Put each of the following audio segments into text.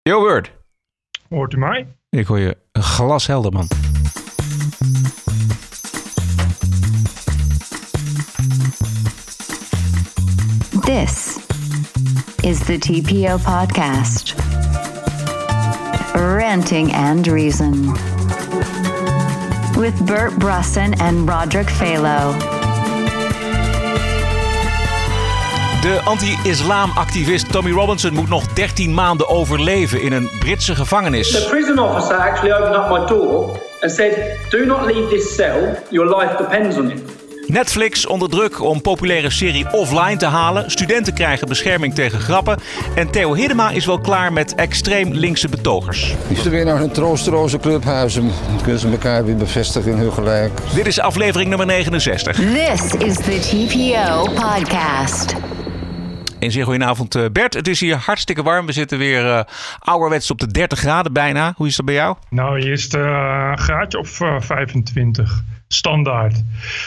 Jogurt. Hoort u mij? Ik hoor je glashelder, man. This is the TPO podcast. Ranting and Reason. With Bert Brusson and Roderick Phalo. De anti-islam-activist Tommy Robinson moet nog 13 maanden overleven in een Britse gevangenis. The prison officer actually opened up my door and said, "Do not leave this cell. Your life depends on it." Netflix onder druk om populaire serie offline te halen. Studenten krijgen bescherming tegen grappen. En Theo Hiddema is wel klaar met extreem linkse betogers. Is er weer naar een troosteloze clubhuizen. Dan kunnen ze elkaar weer bevestigen in hun gelijk. Dit is aflevering nummer 69. This is the TPO podcast. Een zeer goedenavond Bert. Het is hier hartstikke warm. We zitten weer ouderwets op de 30 graden bijna. Hoe is dat bij jou? Nou, hier is het een graadje of 25. Standaard.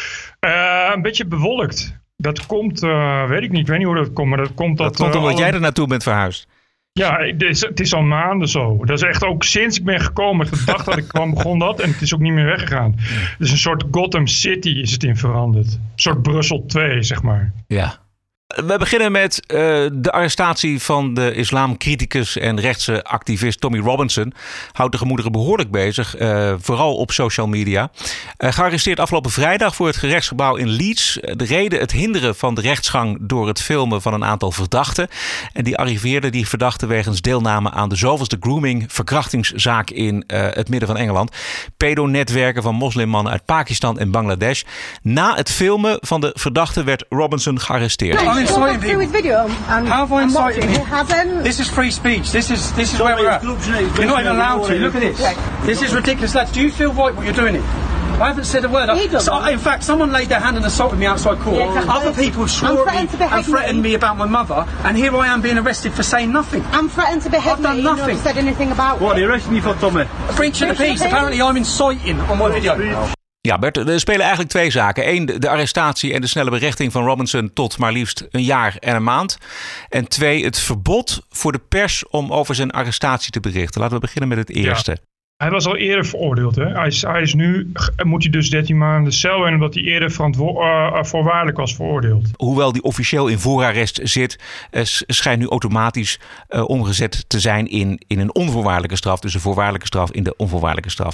Een beetje bewolkt. Dat komt, weet ik niet hoe dat komt. Maar dat komt omdat jij er naartoe bent verhuisd. Ja, het is al maanden zo. Dat is echt ook sinds ik ben gekomen. De dag dat ik kwam begon dat. En het is ook niet meer weggegaan. Het is een soort Gotham City is het in veranderd. Een soort Brussel 2, zeg maar. Ja. We beginnen met de arrestatie van de islamcriticus en rechtse activist Tommy Robinson. Houdt de gemoederen behoorlijk bezig, vooral op social media. Gearresteerd afgelopen vrijdag voor het gerechtsgebouw in Leeds. De reden het hinderen van de rechtsgang door het filmen van een aantal verdachten. En die arriveerden die verdachten wegens deelname aan de zoveelste grooming-verkrachtingszaak in het midden van Engeland. Pedonetwerken van moslimmannen uit Pakistan en Bangladesh. Na het filmen van de verdachten werd Robinson gearresteerd. Inciting people. How have I incited people? This is free speech. This is where we're at. You're not even allowed to. Look at this. This is ridiculous, lads. Do you feel right what you're doing it? I haven't said a word. In fact, someone laid their hand and assaulted me outside court. Yeah, exactly. Other people swore at me and threatened me about my mother. And here I am being arrested for saying nothing. I'm threatened to behead me. I've done nothing. Said anything about what? Are you arresting me for, Tommy? Breach of the peace. Apparently I'm inciting on my video. Ja, Bert, er spelen eigenlijk twee zaken. Eén, de arrestatie en de snelle berechting van Robinson tot maar liefst een jaar en een maand. En twee, het verbod voor de pers om over zijn arrestatie te berichten. Laten we beginnen met het eerste. Ja. Hij was al eerder veroordeeld. Hè? Hij is nu, moet hij dus 13 maanden cel in, omdat hij eerder voorwaardelijk was veroordeeld. Hoewel die officieel in voorarrest zit, schijnt nu automatisch omgezet te zijn in een onvoorwaardelijke straf. Dus een voorwaardelijke straf in de onvoorwaardelijke straf.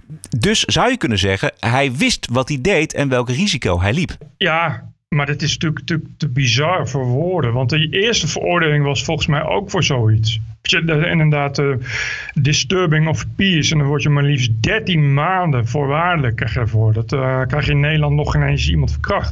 Dus zou je kunnen zeggen, hij wist wat hij deed en welk risico hij liep. Ja, maar dat is natuurlijk te bizar voor woorden. Want de eerste veroordeling was volgens mij ook voor zoiets. Inderdaad, disturbing of peace. En dan word je maar liefst 13 maanden voorwaardelijk krijg je ervoor. Dat krijg je in Nederland nog geen eens iemand verkracht.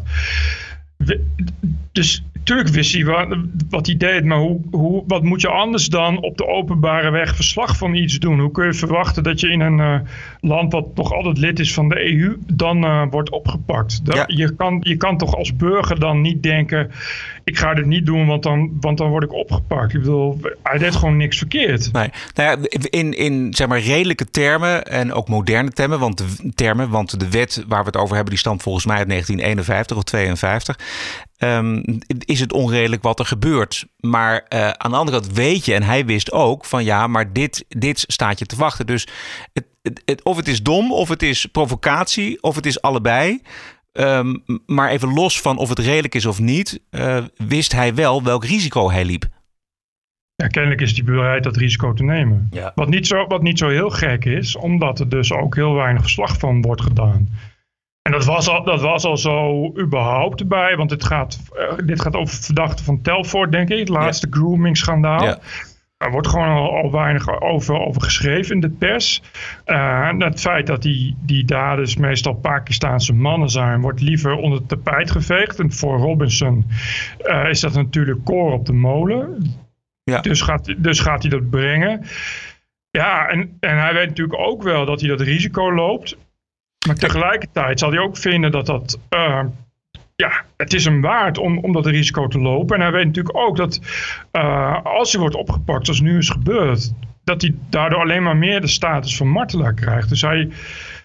Dus natuurlijk wist hij wat hij deed. Maar wat moet je anders dan op de openbare weg verslag van iets doen? Hoe kun je verwachten dat je in een land wat nog altijd lid is van de EU dan wordt opgepakt? Ja. Je kan toch als burger dan niet denken, ik ga dit niet doen, want dan word ik opgepakt. Ik bedoel, hij deed gewoon niks verkeerd. Nee. Nou ja, in zeg maar redelijke termen en ook moderne termen, want de wet waar we het over hebben, die stamt volgens mij uit 1951 of 52. Is het onredelijk wat er gebeurt. Maar aan de andere kant weet je, en hij wist ook van ja, maar dit staat je te wachten. Dus of het is dom, of het is provocatie, of het is allebei. Maar even los van of het redelijk is of niet, wist hij wel welk risico hij liep. Ja, kennelijk is hij bereid dat risico te nemen. Ja. Wat niet zo heel gek is, omdat er dus ook heel weinig verslag van wordt gedaan. En dat was al zo überhaupt erbij, want dit gaat over verdachten van Telford, denk ik. Het laatste grooming-schandaal. Ja. Er wordt gewoon al weinig over geschreven in de pers. En het feit dat die daders meestal Pakistaanse mannen zijn, wordt liever onder het tapijt geveegd. En voor Robinson is dat natuurlijk koor op de molen. Ja. Dus gaat hij dat brengen. Ja, en hij weet natuurlijk ook wel dat hij dat risico loopt. Maar tegelijkertijd zal hij ook vinden dat het is hem waard om dat risico te lopen. En hij weet natuurlijk ook dat als hij wordt opgepakt, zoals nu is gebeurd, dat hij daardoor alleen maar meer de status van martelaar krijgt. Dus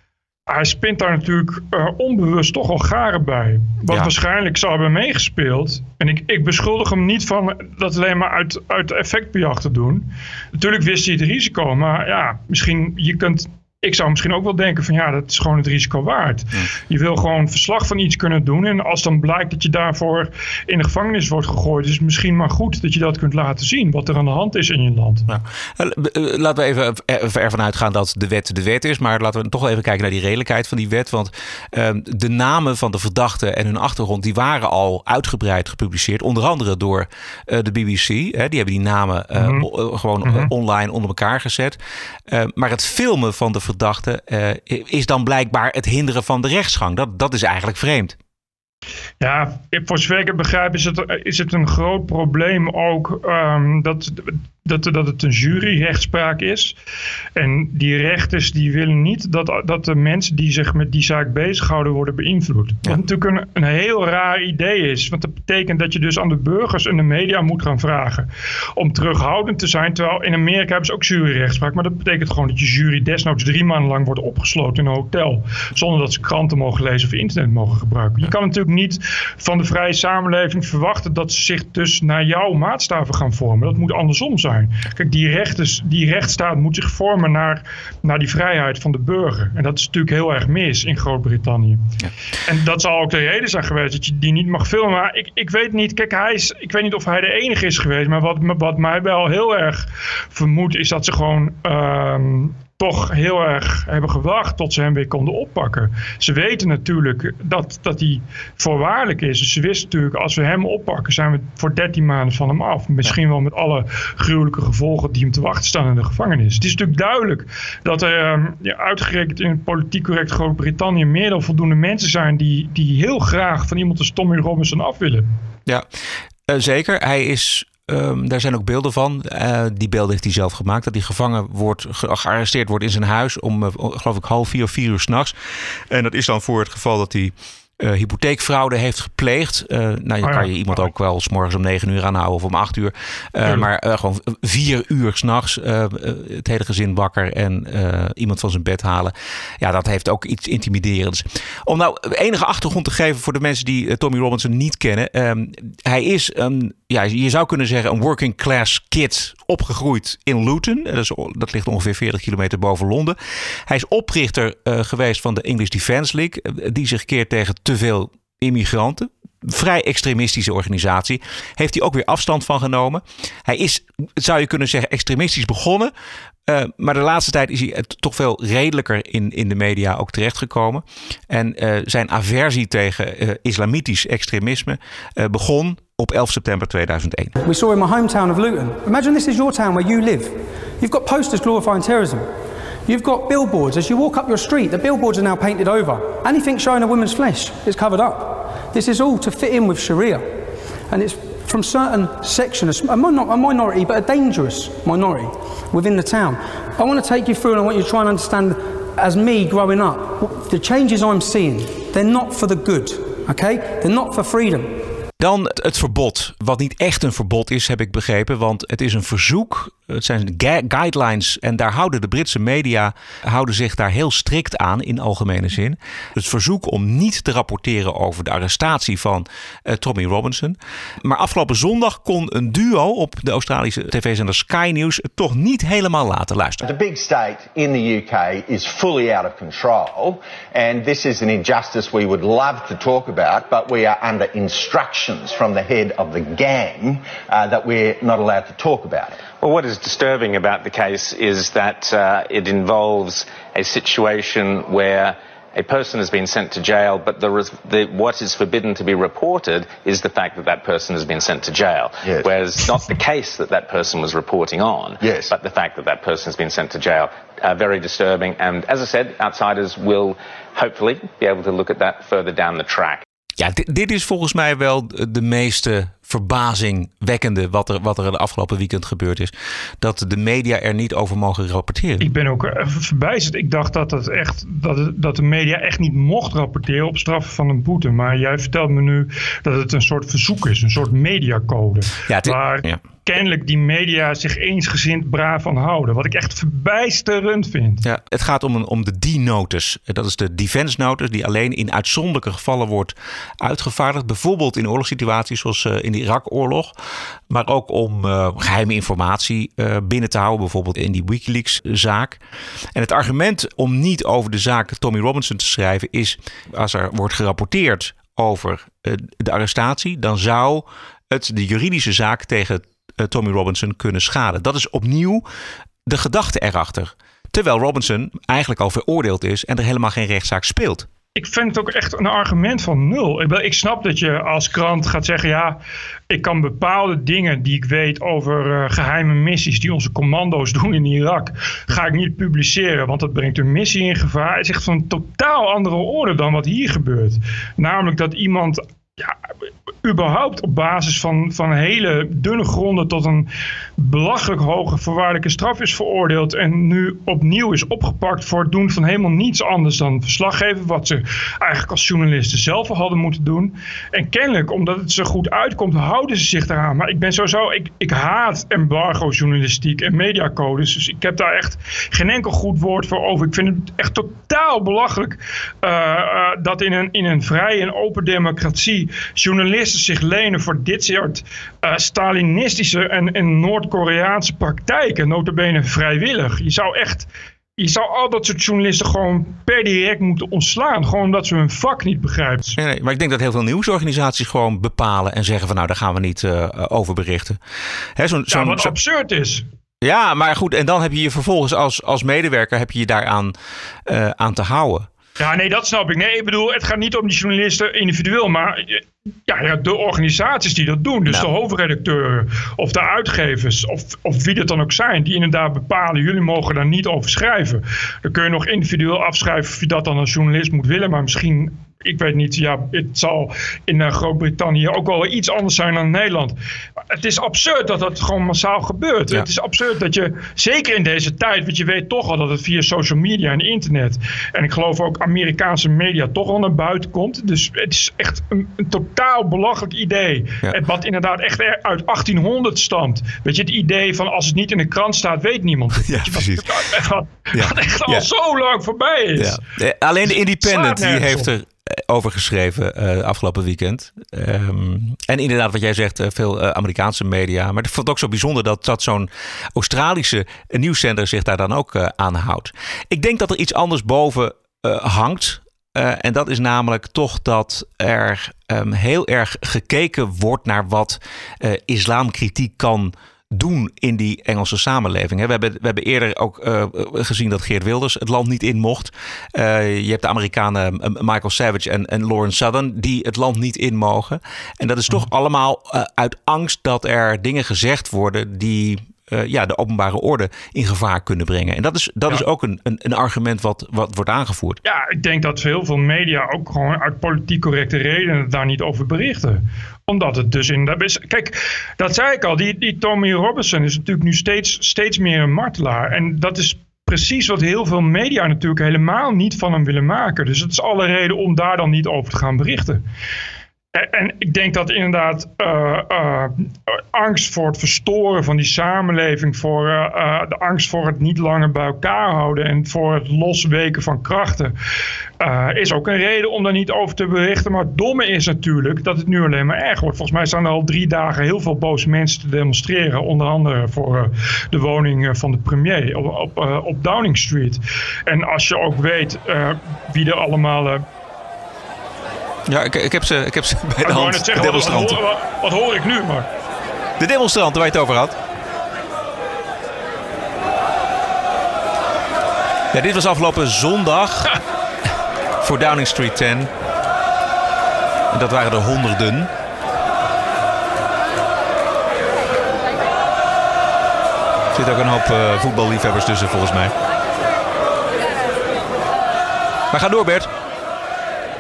Hij spint daar natuurlijk onbewust toch al garen bij. Wat waarschijnlijk zou hebben meegespeeld. En ik beschuldig hem niet van dat alleen maar uit effectbejag te doen. Natuurlijk wist hij het risico. Maar ja, misschien ik zou misschien ook wel denken van dat is gewoon het risico waard. Ja. Je wil gewoon verslag van iets kunnen doen. En als dan blijkt dat je daarvoor in de gevangenis wordt gegooid, is het misschien maar goed dat je dat kunt laten zien. Wat er aan de hand is in je land. Ja. Laten we even ervan uitgaan dat de wet de wet is. Maar laten we toch even kijken naar die redelijkheid van die wet. Want de namen van de verdachten en hun achtergrond, die waren al uitgebreid gepubliceerd. Onder andere door de BBC. Die hebben die namen gewoon online onder elkaar gezet. Maar het filmen van de verdachte is dan blijkbaar het hinderen van de rechtsgang. Dat is eigenlijk vreemd. Ja, voor zover ik het begrijp is het een groot probleem ook dat het een juryrechtspraak is. En die rechters die willen niet dat de mensen die zich met die zaak bezighouden worden beïnvloed. Wat natuurlijk een heel raar idee is. Want dat betekent dat je dus aan de burgers en de media moet gaan vragen om terughoudend te zijn. Terwijl in Amerika hebben ze ook juryrechtspraak. Maar dat betekent gewoon dat je jury desnoods 3 maanden lang wordt opgesloten in een hotel. Zonder dat ze kranten mogen lezen of internet mogen gebruiken. Je kan natuurlijk niet van de vrije samenleving verwachten dat ze zich dus naar jouw maatstaven gaan vormen. Dat moet andersom zijn. Kijk, die rechtsstaat moet zich vormen naar die vrijheid van de burger. En dat is natuurlijk heel erg mis in Groot-Brittannië. Ja. En dat zal ook de reden zijn geweest dat je die niet mag filmen. Maar ik weet niet, kijk, ik weet niet of hij de enige is geweest. Maar wat mij wel heel erg vermoedt is dat ze gewoon toch heel erg hebben gewacht tot ze hem weer konden oppakken. Ze weten natuurlijk dat hij voorwaardelijk is. Dus ze wisten natuurlijk, als we hem oppakken, zijn we voor 13 maanden van hem af. Misschien wel met alle gruwelijke gevolgen die hem te wachten staan in de gevangenis. Het is natuurlijk duidelijk dat er uitgerekend in het politiek correct Groot-Brittannië meer dan voldoende mensen zijn die heel graag van iemand als Tommy Robinson af willen. Ja, zeker. Hij is... daar zijn ook beelden van. Die beelden heeft hij zelf gemaakt. Dat hij gearresteerd wordt in zijn huis om, geloof ik, 3:30 of 4 uur 's nachts. En dat is dan voor het geval dat hij hypotheekfraude heeft gepleegd. Kan je iemand ook wel 's morgens om 9 uur aanhouden of om 8 uur. Maar gewoon 4 uur 's nachts het hele gezin wakker en iemand van zijn bed halen. Ja, dat heeft ook iets intimiderends. Om nou enige achtergrond te geven voor de mensen die Tommy Robinson niet kennen. Hij is je zou kunnen zeggen een working class kid, opgegroeid in Luton. Dat ligt ongeveer 40 kilometer boven Londen. Hij is oprichter geweest van de English Defence League, die zich keert tegen te veel immigranten. Vrij extremistische organisatie. Heeft hij ook weer afstand van genomen. Hij is, zou je kunnen zeggen, extremistisch begonnen. Maar de laatste tijd is hij toch veel redelijker in de media ook terechtgekomen. En zijn aversie tegen islamitisch extremisme begon op 11 september 2001. We saw in my hometown of Luton. Imagine this is your town where you live. You've got posters glorifying terrorism. You've got billboards. As you walk up your street, the billboards are now painted over. Anything showing a woman's flesh is covered up. This is all to fit in with Sharia. And it's from certain sections, a minority, but a dangerous minority within the town. I want to take you through and I want you to try and understand, as me growing up, the changes I'm seeing, they're not for the good, okay? They're not for freedom. Dan het verbod, wat niet echt een verbod is, heb ik begrepen. Want het is een verzoek, het zijn guidelines en daar houden de Britse media zich daar heel strikt aan in algemene zin. Het verzoek om niet te rapporteren over de arrestatie van Tommy Robinson. Maar afgelopen zondag kon een duo op de Australische tv-zender Sky News het toch niet helemaal laten luisteren. The big state in the UK is fully out of control. And this is an injustice we would love to talk about, but we are under instructions from the head of the gang that we're not allowed to talk about it. Well, what is disturbing about the case is that it involves a situation where a person has been sent to jail, but what is forbidden to be reported is the fact that that person has been sent to jail. Yes. Whereas not the case that person was reporting on, yes, but the fact that person has been sent to jail. Very disturbing. And as I said, outsiders will hopefully be able to look at that further down the track. Ja, dit is volgens mij wel de meeste verbazingwekkende wat er de afgelopen weekend gebeurd is. Dat de media er niet over mogen rapporteren. Ik ben ook verbijsterd. Ik dacht dat de media echt niet mocht rapporteren op straffen van een boete. Maar jij vertelt me nu dat het een soort verzoek is. Een soort mediacode. Waar kennelijk die media zich eensgezind braaf aan houden. Wat ik echt verbijsterend vind. Ja, het gaat om de D-notice. Dat is de defense notice die alleen in uitzonderlijke gevallen wordt uitgevaardigd. Bijvoorbeeld in oorlogssituaties zoals in de Irak-oorlog. Maar ook om geheime informatie binnen te houden. Bijvoorbeeld in die WikiLeaks-zaak. En het argument om niet over de zaak Tommy Robinson te schrijven is, als er wordt gerapporteerd over de arrestatie, dan zou het de juridische zaak tegen Tommy Robinson kunnen schaden. Dat is opnieuw de gedachte erachter. Terwijl Robinson eigenlijk al veroordeeld is en er helemaal geen rechtszaak speelt. Ik vind het ook echt een argument van nul. Ik snap dat je als krant gaat zeggen, ja, ik kan bepaalde dingen die ik weet over geheime missies die onze commando's doen in Irak, ga ik niet publiceren, want dat brengt een missie in gevaar. Het is echt van een totaal andere orde dan wat hier gebeurt. Namelijk dat iemand überhaupt op basis van hele dunne gronden tot een belachelijk hoge voorwaardelijke straf is veroordeeld en nu opnieuw is opgepakt voor het doen van helemaal niets anders dan verslaggeven, wat ze eigenlijk als journalisten zelf al hadden moeten doen. En kennelijk, omdat het zo goed uitkomt, houden ze zich eraan. Maar ik ben sowieso, ik haat embargo-journalistiek en mediacodes, dus ik heb daar echt geen enkel goed woord voor over. Ik vind het echt totaal belachelijk dat in een vrije en open democratie journalisten zich lenen voor dit soort Stalinistische en Noord-Koreaanse praktijken, nota bene vrijwillig. Je zou al dat soort journalisten gewoon per direct moeten ontslaan. Gewoon omdat ze hun vak niet begrijpen. Nee, maar ik denk dat heel veel nieuwsorganisaties gewoon bepalen en zeggen van nou, daar gaan we niet over berichten. Wat absurd is. Ja, maar goed, en dan heb je je vervolgens als medewerker heb je je daaraan aan te houden. Ja, nee, dat snap ik. Nee, ik bedoel, het gaat niet om die journalisten individueel, maar de organisaties die dat doen. Dus de hoofdredacteuren of de uitgevers of wie dat dan ook zijn, die inderdaad bepalen, jullie mogen daar niet over schrijven. Dan kun je nog individueel afschrijven of je dat dan als journalist moet willen, maar misschien, ik weet niet, het zal in Groot-Brittannië ook wel iets anders zijn dan in Nederland. Het is absurd dat dat gewoon massaal gebeurt. Ja. Het is absurd dat je, zeker in deze tijd, want je weet toch al dat het via social media en internet, en ik geloof ook Amerikaanse media, toch al naar buiten komt. Dus het is echt een totaal belachelijk idee. Ja. Wat inderdaad echt uit 1800 stamt. Weet je, het idee van als het niet in de krant staat, weet niemand het. Ja, precies. Wat echt al zo lang voorbij is. Ja. Alleen de Independent die heeft er over geschreven afgelopen weekend. En inderdaad wat jij zegt, veel Amerikaanse media. Maar ik vond het ook zo bijzonder dat zo'n Australische nieuwszender zich daar dan ook aan houdt. Ik denk dat er iets anders boven hangt. En dat is namelijk toch dat er heel erg gekeken wordt naar wat islamkritiek kan doen in die Engelse samenleving. We hebben eerder ook gezien dat Geert Wilders het land niet in mocht. Je hebt de Amerikanen Michael Savage en Lawrence Southern die het land niet in mogen. En dat is toch allemaal uit angst dat er dingen gezegd worden die de openbare orde in gevaar kunnen brengen. En dat is ook een argument wat wordt aangevoerd. Ja, ik denk dat heel veel media ook gewoon uit politiek correcte redenen daar niet over berichten. Omdat het dus inderdaad is. Kijk, dat zei ik al. Die Tommy Robinson is natuurlijk nu steeds meer een martelaar. En dat is precies wat heel veel media natuurlijk helemaal niet van hem willen maken. Dus het is alle reden om daar dan niet over te gaan berichten. En ik denk dat inderdaad angst voor het verstoren van die samenleving, voor de angst voor het niet langer bij elkaar houden en voor het losweken van krachten, is ook een reden om daar niet over te berichten. Maar het domme is natuurlijk dat het nu alleen maar erger wordt. Volgens mij staan er al 3 dagen heel veel boze mensen te demonstreren, onder andere voor de woning van de premier op Downing Street. En als je ook weet wie er allemaal... Ja, ik heb ze bij de hand, de demonstranten. Wat hoor ik nu, maar? De demonstranten waar je het over had. Ja, dit was afgelopen zondag voor Downing Street 10. En dat waren er honderden. Er zit ook een hoop voetballiefhebbers tussen, volgens mij. Maar ga door, Bert.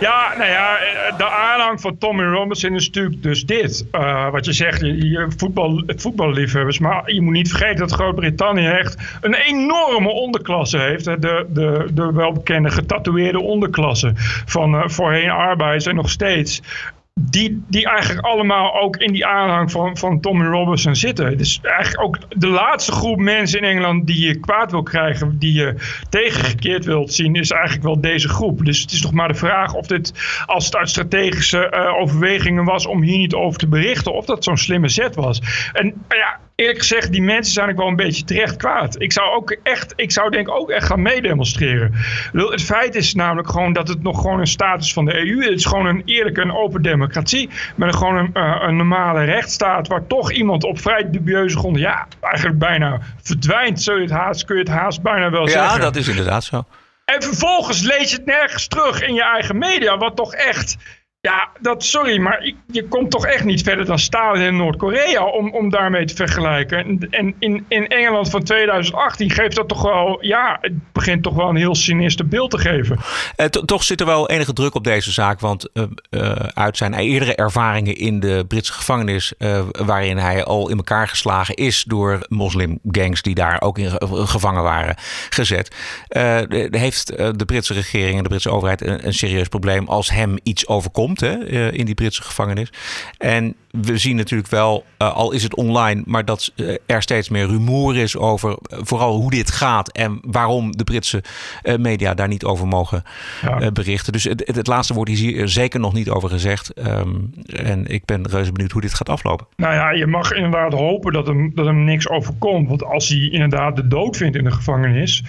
Ja, nou ja, de aanhang van Tommy Robinson is natuurlijk dus dit. Wat je zegt, voetballiefhebbers. Maar je moet niet vergeten dat Groot-Brittannië echt een enorme onderklasse heeft. De welbekende getatoeëerde onderklasse van voorheen arbeiders en nog steeds. Die eigenlijk allemaal ook in die aanhang van Tommy Robinson zitten. Dus eigenlijk ook de laatste groep mensen in Engeland die je kwaad wil krijgen, die je tegengekeerd wilt zien, is eigenlijk wel deze groep. Dus het is nog maar de vraag of dit, als het uit strategische overwegingen was om hier niet over te berichten, of dat zo'n slimme zet was. En ja, eerlijk gezegd, die mensen zijn ook wel een beetje terecht kwaad. Ik zou denk ik ook echt gaan meedemonstreren. Het feit is namelijk gewoon dat het nog gewoon een status van de EU is. Het is gewoon een eerlijke en open democratie. Met gewoon een normale rechtsstaat waar toch iemand op vrij dubieuze gronden, ja, eigenlijk bijna verdwijnt. Kun je het haast bijna wel zeggen. Ja, dat is inderdaad zo. En vervolgens lees je het nergens terug in je eigen media, wat toch echt... Ja, maar je komt toch echt niet verder dan Stalin in Noord-Korea om daarmee te vergelijken. En in Engeland van 2018 geeft dat toch wel, ja, het begint toch wel een heel sinister beeld te geven. Toch zit er wel enige druk op deze zaak, want uit zijn eerdere ervaringen in de Britse gevangenis, waarin hij al in elkaar geslagen is door moslimgangs die daar ook in gevangen waren gezet, heeft de Britse regering en de Britse overheid een serieus probleem als hem iets overkomt. In die Britse gevangenis. En we zien natuurlijk wel, al is het online, maar dat er steeds meer rumoer is over vooral hoe dit gaat en waarom de Britse media daar niet over mogen berichten. Dus het laatste woord is hier zeker nog niet over gezegd. En ik ben reuze benieuwd hoe dit gaat aflopen. Nou ja, je mag inderdaad hopen dat hem niks overkomt. Want als hij inderdaad de dood vindt in de gevangenis,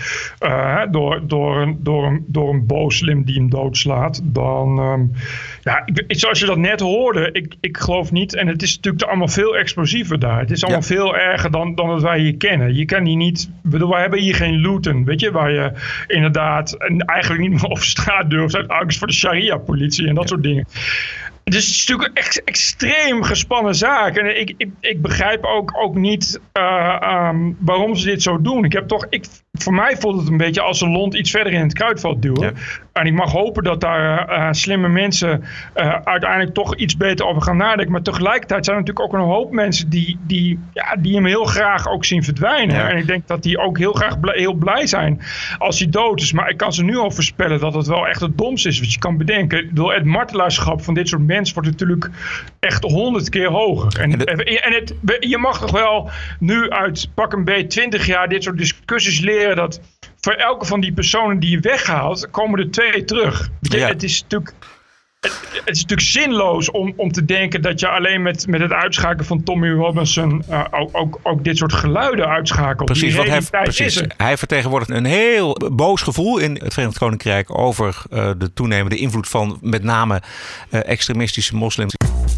door een booslim die hem doodslaat, dan... zoals je dat net hoorde, ik geloof niet. En het is natuurlijk allemaal veel explosiever daar. Het is allemaal veel erger dan dat wij hier kennen. Je kan hier niet... wij hebben hier geen Luton, weet je, waar je inderdaad eigenlijk niet meer over straat durft uit angst voor de Sharia-politie en dat soort dingen. Dus het is natuurlijk een extreem gespannen zaak. En ik begrijp ook niet waarom ze dit zo doen. Voor mij voelt het een beetje als een lont iets verder in het kruidvat duwen. Ja. En ik mag hopen dat daar slimme mensen uiteindelijk toch iets beter over gaan nadenken. Maar tegelijkertijd zijn er natuurlijk ook een hoop mensen die hem heel graag ook zien verdwijnen. Ja. En ik denk dat die ook heel graag heel blij zijn als hij dood is. Maar ik kan ze nu al voorspellen dat het wel echt het domste is wat je kan bedenken. Het martelaarschap van dit soort mensen wordt natuurlijk echt 100 keer hoger. Je mag toch wel nu uit pak een beetje 20 jaar dit soort discussies leren dat voor elke van die personen die je weghaalt, komen er 2 terug. Ja. Het is natuurlijk zinloos om te denken dat je alleen met het uitschakelen van Tommy Robinson ook dit soort geluiden uitschakelt. Precies, hij vertegenwoordigt een heel boos gevoel in het Verenigd Koninkrijk over de toenemende invloed van met name extremistische moslims.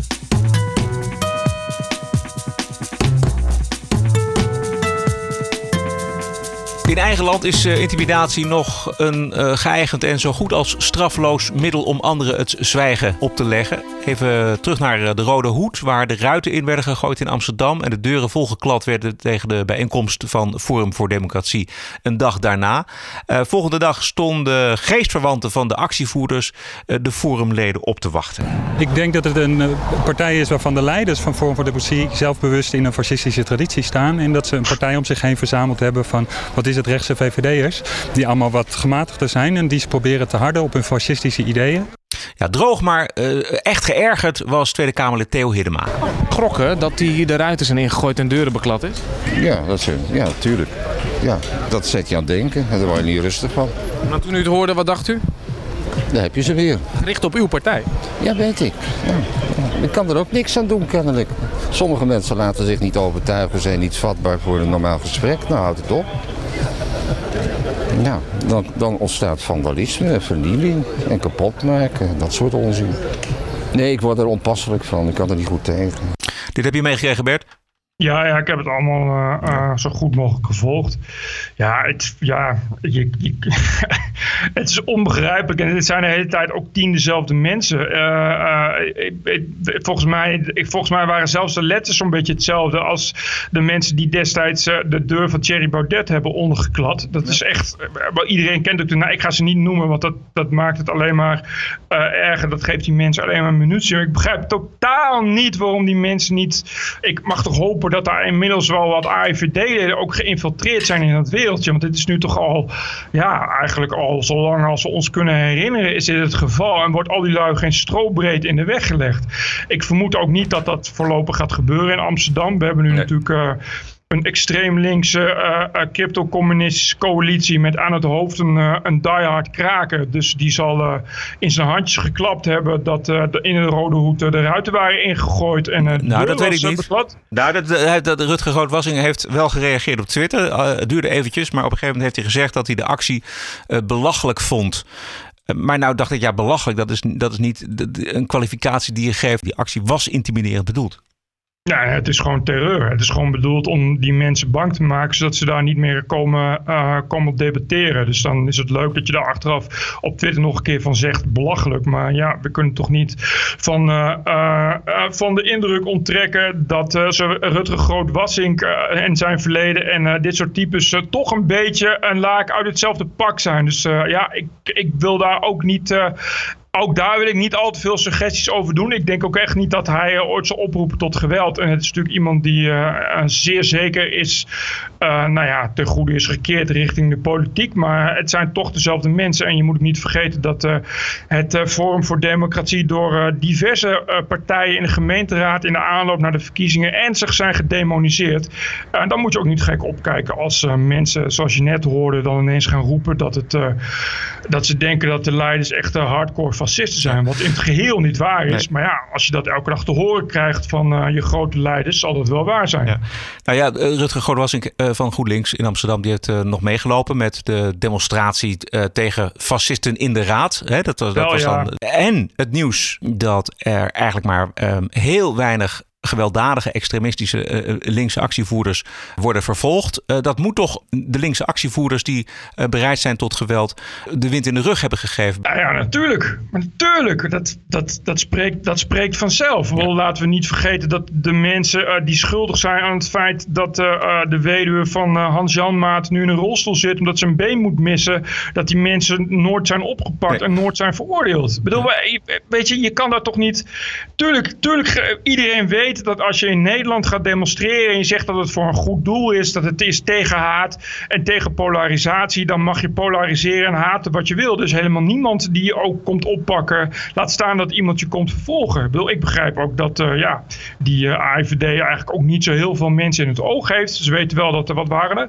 In eigen land is intimidatie nog een geëigend en zo goed als straffeloos middel om anderen het zwijgen op te leggen. Even terug naar de Rode Hoed, waar de ruiten in werden gegooid in Amsterdam en de deuren volgeklad werden tegen de bijeenkomst van Forum voor Democratie een dag daarna. Volgende dag stonden geestverwanten van de actievoerders de forumleden op te wachten. Ik denk dat het een partij is waarvan de leiders van Forum voor Democratie zelfbewust in een fascistische traditie staan en dat ze een partij om zich heen verzameld hebben van wat is het rechtse VVD'ers, die allemaal wat gematigder zijn en die ze proberen te harden op hun fascistische ideeën. Ja, droog, maar echt geërgerd was Tweede Kamerlid Theo Hiddema. Schrokken dat hier de ruiten zijn ingegooid en deuren beklad is? Ja, natuurlijk. Ja, dat zet je aan het denken. Daar word je niet rustig van. Maar toen u het hoorde, wat dacht u? Daar heb je ze weer. Gericht op uw partij? Ja, weet ik. Ja. Ik kan er ook niks aan doen, kennelijk. Sommige mensen laten zich niet overtuigen, zijn niet vatbaar voor een normaal gesprek. Nou, houd het op. Ja, dan ontstaat vandalisme, vernieling en kapotmaken, dat soort onzin. Nee, ik word er onpasselijk van. Ik kan er niet goed tegen. Dit heb je meegekregen, Bert? Ja, ik heb het allemaal zo goed mogelijk gevolgd. Het is onbegrijpelijk. En het zijn de hele tijd ook 10 dezelfde mensen. Volgens mij waren zelfs de letters zo'n beetje hetzelfde als de mensen die destijds de deur van Thierry Baudet hebben ondergeklad. Dat is echt... Iedereen kent ook ik ga ze niet noemen, want dat maakt het alleen maar erger. Dat geeft die mensen alleen maar munitie. Ik begrijp totaal niet waarom die mensen niet... Ik mag toch hopen dat daar inmiddels wel wat AIVD-leden ook geïnfiltreerd zijn in dat wereldje. Want dit is nu toch al, eigenlijk al zo lang als we ons kunnen herinneren is dit het geval. En wordt al die lui geen strobreed in de weg gelegd. Ik vermoed ook niet dat dat voorlopig gaat gebeuren in Amsterdam. We hebben nu natuurlijk... een extreem linkse crypto-communistische coalitie met aan het hoofd een diehard kraker. Dus die zal in zijn handjes geklapt hebben dat in de Rode Hoed de ruiten waren ingegooid. En, dat weet ik niet. Dat Rutger Groot-Wassink heeft wel gereageerd op Twitter. Het duurde eventjes, maar op een gegeven moment heeft hij gezegd dat hij de actie belachelijk vond. Maar nou dacht ik, belachelijk, dat is niet een kwalificatie die je geeft. Die actie was intimiderend bedoeld. Ja, het is gewoon terreur. Het is gewoon bedoeld om die mensen bang te maken, zodat ze daar niet meer komen op debatteren. Dus dan is het leuk dat je daar achteraf op Twitter nog een keer van zegt, belachelijk. Maar we kunnen toch niet van de indruk onttrekken dat Rutger Groot-Wassink en zijn verleden en dit soort types toch een beetje een laak uit hetzelfde pak zijn. Dus ik wil daar ook niet... Ook daar wil ik niet al te veel suggesties over doen. Ik denk ook echt niet dat hij ooit zal oproepen tot geweld. En het is natuurlijk iemand die zeer zeker is, ten goede is gekeerd richting de politiek. Maar het zijn toch dezelfde mensen. En je moet ook niet vergeten dat het Forum voor Democratie door diverse partijen in de gemeenteraad in de aanloop naar de verkiezingen ernstig zijn gedemoniseerd. Dan moet je ook niet gek opkijken als mensen, zoals je net hoorde, dan ineens gaan roepen dat ze denken dat de leiders echt hardcore fascisten zijn. Wat in het geheel niet waar is. Nee. Maar als je dat elke dag te horen krijgt van je grote leiders, zal dat wel waar zijn. Ja. Rutger Groot-Wassink van GroenLinks in Amsterdam, die heeft nog meegelopen met de demonstratie tegen fascisten in de raad. Dat was dan. En het nieuws dat er eigenlijk maar heel weinig gewelddadige extremistische linkse actievoerders worden vervolgd. Dat moet toch de linkse actievoerders die bereid zijn tot geweld de wind in de rug hebben gegeven. Ja, natuurlijk. Maar natuurlijk. Dat spreekt vanzelf. Ja. Laten we niet vergeten dat de mensen die schuldig zijn aan het feit dat de weduwe van Hans Janmaat nu in een rolstoel zit omdat ze een been moet missen, dat die mensen nooit zijn opgepakt en nooit zijn veroordeeld. Ik bedoel, weet je kan dat toch niet... Tuurlijk, iedereen weet dat als je in Nederland gaat demonstreren en je zegt dat het voor een goed doel is, dat het is tegen haat en tegen polarisatie, dan mag je polariseren en haten wat je wil. Dus helemaal niemand die je ook komt oppakken, laat staan dat iemand je komt vervolgen. Ik begrijp ook dat die AIVD eigenlijk ook niet zo heel veel mensen in het oog heeft. Ze weten wel dat er wat waren.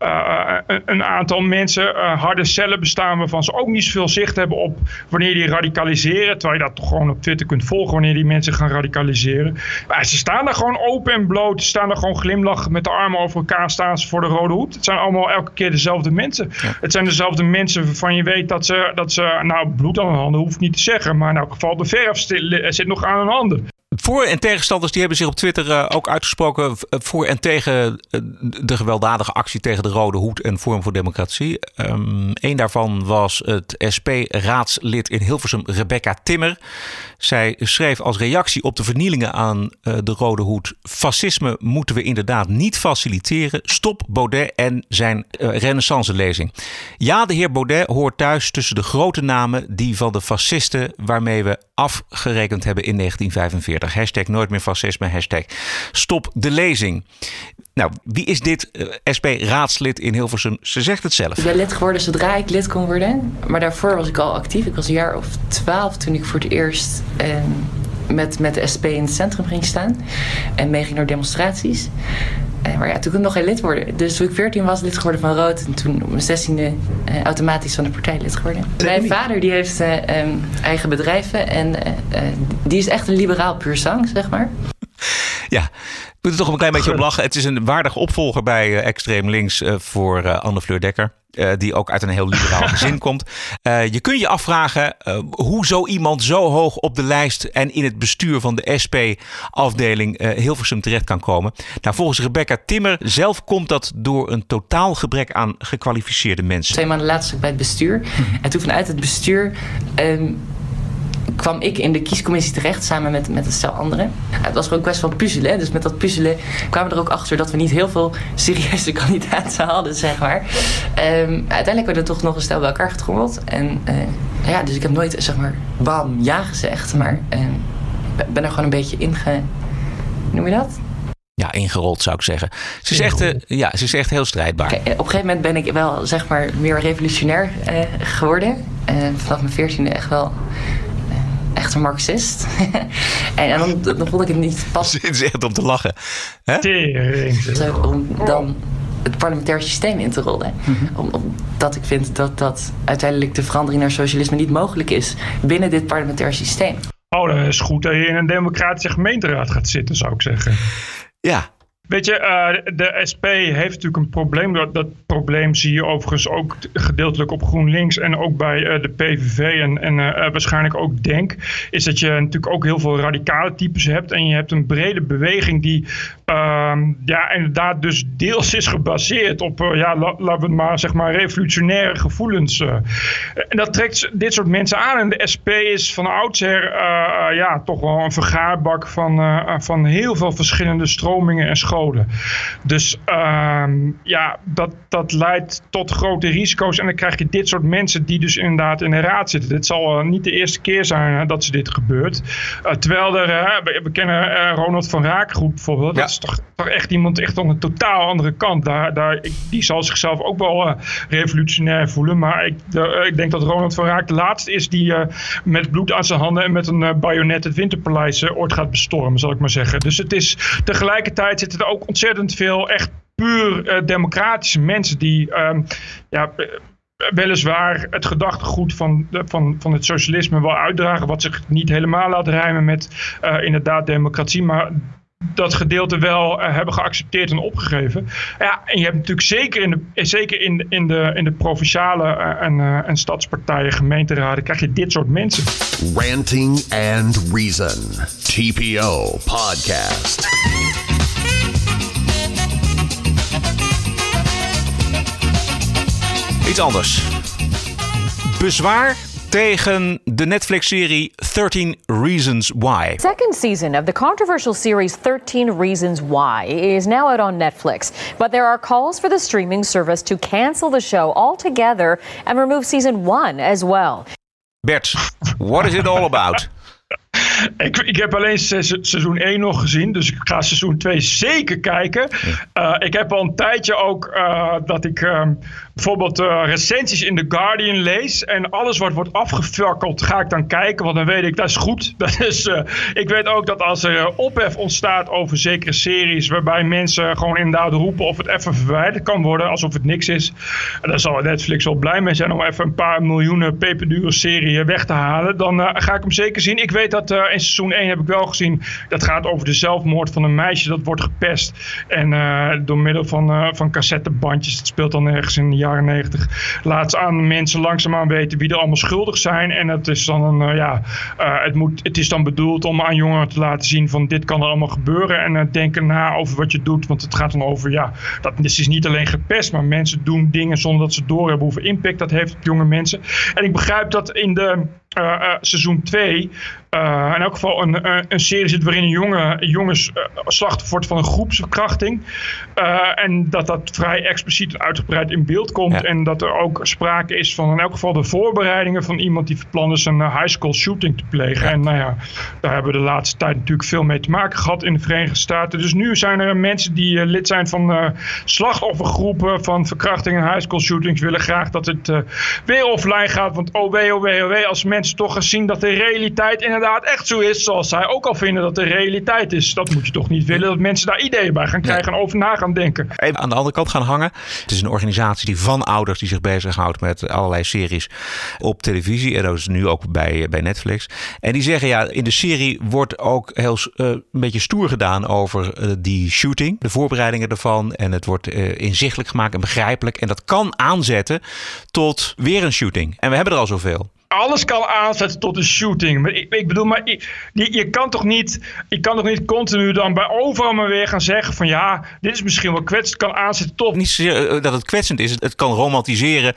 Een aantal mensen, harde cellen bestaan waarvan ze ook niet zoveel zicht hebben op wanneer die radicaliseren, terwijl je dat toch gewoon op Twitter kunt volgen wanneer die mensen gaan radicaliseren. Maar ze staan daar gewoon open en bloot. Ze staan daar gewoon glimlachend met de armen over elkaar. Staan ze voor de Rode Hoed. Het zijn allemaal elke keer dezelfde mensen. Ja. Het zijn dezelfde mensen waarvan je weet dat ze bloed aan hun handen hoeft niet te zeggen. Maar in elk geval de verf zit nog aan hun handen. Voor- en tegenstanders die hebben zich op Twitter ook uitgesproken voor en tegen de gewelddadige actie tegen de Rode Hoed en Forum voor Democratie. Eén daarvan was het SP-raadslid in Hilversum, Rebecca Timmer. Zij schreef als reactie op de vernielingen aan de Rode Hoed: fascisme moeten we inderdaad niet faciliteren. Stop Baudet en zijn renaissance-lezing. Ja, de heer Baudet hoort thuis tussen de grote namen, die van de fascisten waarmee we afgerekend hebben in 1945. Hashtag nooit meer fascisme, hashtag stop de lezing. Nou, wie is dit SP-raadslid in Hilversum? Ze zegt het zelf. Ik ben lid geworden zodra ik lid kon worden. Maar daarvoor was ik al actief. Ik was een jaar of 12 toen ik voor het eerst met de SP in het centrum ging staan. En meeging naar demonstraties. Maar toen kon ik nog geen lid worden. Dus toen ik 14 was, lid geworden van Rood. En toen op mijn 16e automatisch van de partij lid geworden. Mijn vader die heeft eigen bedrijven. En die is echt een liberaal puur zang, zeg maar. Ja, moet er toch een klein beetje om lachen. Het is een waardige opvolger bij extreem links voor Anne Fleur Dekker. Die ook uit een heel liberaal gezin komt. Je kunt je afvragen hoe zo iemand zo hoog op de lijst en in het bestuur van de SP-afdeling Hilversum terecht kan komen. Nou, volgens Rebecca Timmer zelf komt dat door een totaal gebrek aan gekwalificeerde mensen. 2 maanden later zat ik bij het bestuur. En toen vanuit het bestuur kwam ik in de kiescommissie terecht samen met een stel anderen. Het was ook best wel puzzelen. Hè? Dus met dat puzzelen kwamen we er ook achter dat we niet heel veel serieuze kandidaten hadden, zeg maar. Uiteindelijk werden er toch nog een stel bij elkaar getrommeld. En dus ik heb nooit, zeg maar, bam, ja gezegd. Maar ben er gewoon een beetje noem je dat? Ja, ingerold zou ik zeggen. Ze is echt heel strijdbaar. Op een gegeven moment ben ik wel, zeg maar, meer revolutionair geworden. Vanaf mijn 14e echt een marxist. en dan vond ik het niet pas. Het is echt om te lachen. Hè? Om dan het parlementair systeem in te rollen. Omdat ik vind dat uiteindelijk de verandering naar socialisme niet mogelijk is binnen dit parlementair systeem. Oh, dat is goed dat je in een democratische gemeenteraad gaat zitten, zou ik zeggen. Ja. Weet je, de SP heeft natuurlijk een probleem. Dat probleem zie je overigens ook gedeeltelijk op GroenLinks en ook bij de PVV en waarschijnlijk ook DENK. Is dat je natuurlijk ook heel veel radicale types hebt. En je hebt een brede beweging die inderdaad dus deels is gebaseerd op, laten we het maar, zeg maar, revolutionaire gevoelens. En dat trekt dit soort mensen aan. En de SP is van oudsher toch wel een vergaarbak van heel veel verschillende stromingen en scholen. Dus dat leidt tot grote risico's. En dan krijg je dit soort mensen die dus inderdaad in de raad zitten. Dit zal niet de eerste keer zijn dat ze dit gebeurt. Terwijl we kennen Ronald van Raakgroep bijvoorbeeld. Ja. Dat is toch echt iemand echt aan een totaal andere kant. Die zal zichzelf ook wel revolutionair voelen. Maar ik denk dat Ronald van Raak de laatste is die met bloed aan zijn handen en met een bajonet het Winterpaleis ooit gaat bestormen, zal ik maar zeggen. Dus het is tegelijkertijd zitten er ook ontzettend veel echt puur democratische mensen die weliswaar het gedachtegoed van het socialisme wel uitdragen, wat zich niet helemaal laat rijmen met inderdaad democratie, maar dat gedeelte wel hebben geaccepteerd en opgegeven. Ja, en je hebt natuurlijk zeker in de provinciale en stadspartijen, gemeenteraden, krijg je dit soort mensen. Ranting and Reason. TPO Podcast. Iets anders. Bezwaar tegen de Netflix-serie 13 Reasons Why. Second season of the controversial series 13 Reasons Why is now out on Netflix. But there are calls for the streaming service to cancel the show altogether and remove season 1 as well. Bert, what is it all about? Ik heb alleen seizoen 1 nog gezien, dus ik ga seizoen 2 zeker kijken. Ik heb al een tijdje ook dat ik bijvoorbeeld recensies in The Guardian lees. En alles wat wordt afgefakkeld ga ik dan kijken, want dan weet ik dat is goed. Ik weet ook dat als er ophef ontstaat over zekere series waarbij mensen gewoon inderdaad roepen of het even verwijderd kan worden, alsof het niks is. En dan zal Netflix wel blij mee zijn om even een paar miljoenen peperdure serie weg te halen. Dan ga ik hem zeker zien. Ik weet dat in seizoen 1 heb ik wel gezien, dat gaat over de zelfmoord van een meisje dat wordt gepest. En door middel van cassettebandjes, het speelt dan ergens in de jaren 90, laat aan mensen langzaamaan weten wie er allemaal schuldig zijn. En het is dan het is dan bedoeld om aan jongeren te laten zien van dit kan er allemaal gebeuren. En denken na over wat je doet, want het gaat dan over, dat is niet alleen gepest, maar mensen doen dingen zonder dat ze doorhebben hoeveel impact dat heeft op jonge mensen. En ik begrijp dat in de seizoen 2 in elk geval een serie zit waarin een jongens slachtoffer wordt van een groepsverkrachting. En dat vrij expliciet en uitgebreid in beeld komt. Ja. En dat er ook sprake is van in elk geval de voorbereidingen van iemand die van plan is een high school shooting te plegen. Ja. En daar hebben we de laatste tijd natuurlijk veel mee te maken gehad in de Verenigde Staten. Dus nu zijn er mensen die lid zijn van slachtoffergroepen van verkrachting en high school shootings willen graag dat het weer offline gaat. Want oh wee, als mensen mensen toch gaan zien dat de realiteit inderdaad echt zo is. Zoals zij ook al vinden dat de realiteit is. Dat moet je toch niet willen dat mensen daar ideeën bij gaan krijgen en over na gaan denken. Even aan de andere kant gaan hangen. Het is een organisatie die van ouders die zich bezighoudt met allerlei series op televisie. En dat is nu ook bij Netflix. En die zeggen in de serie wordt ook heel een beetje stoer gedaan over die shooting. De voorbereidingen ervan. En het wordt inzichtelijk gemaakt en begrijpelijk. En dat kan aanzetten tot weer een shooting. En we hebben er al zoveel. Alles kan aanzetten tot een shooting. Maar ik bedoel, je kan toch niet continu dan bij overal maar weer gaan zeggen van dit is misschien wel kwetsend, kan aanzetten tot. Niet zozeer dat het kwetsend is, het kan romantiseren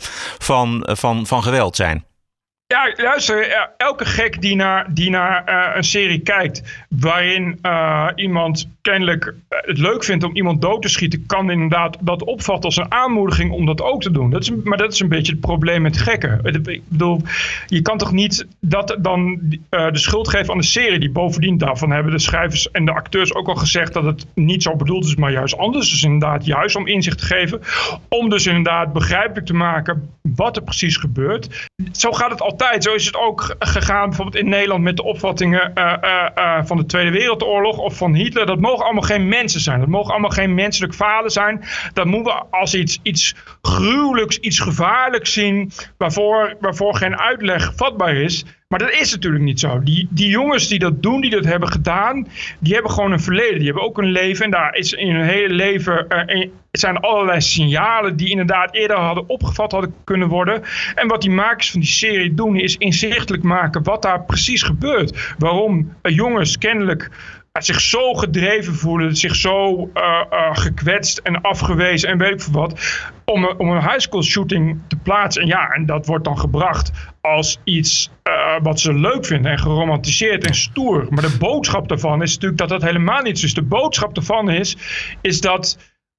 van geweld zijn. Ja, luister, elke gek die naar een serie kijkt waarin iemand kennelijk het leuk vindt om iemand dood te schieten, kan inderdaad dat opvatten als een aanmoediging om dat ook te doen. Maar dat is een beetje het probleem met gekken. Ik bedoel, je kan toch niet dat dan de schuld geven aan de serie, die bovendien daarvan hebben de schrijvers en de acteurs ook al gezegd dat het niet zo bedoeld is, maar juist anders. Dus inderdaad juist om inzicht te geven, om dus inderdaad begrijpelijk te maken wat er precies gebeurt. Zo gaat het altijd. Zo is het ook gegaan bijvoorbeeld in Nederland met de opvattingen van de Tweede Wereldoorlog of van Hitler. Dat mogen allemaal geen mensen zijn. Dat mogen allemaal geen menselijk falen zijn. Dat moeten we als iets gruwelijks, iets gevaarlijks zien waarvoor geen uitleg vatbaar is. Maar dat is natuurlijk niet zo. Die jongens die dat doen, die dat hebben gedaan, die hebben gewoon een verleden. Die hebben ook een leven. En daar is in hun hele leven zijn allerlei signalen die inderdaad eerder opgevat hadden kunnen worden. En wat die makers van die serie doen, is inzichtelijk maken wat daar precies gebeurt. Waarom jongens kennelijk zich zo gedreven voelen, zich zo gekwetst en afgewezen en weet ik veel wat, om een high school shooting te plaatsen. En dat wordt dan gebracht als iets wat ze leuk vinden en geromantiseerd en stoer. Maar de boodschap daarvan is natuurlijk dat dat helemaal niet zo is. De boodschap daarvan is dat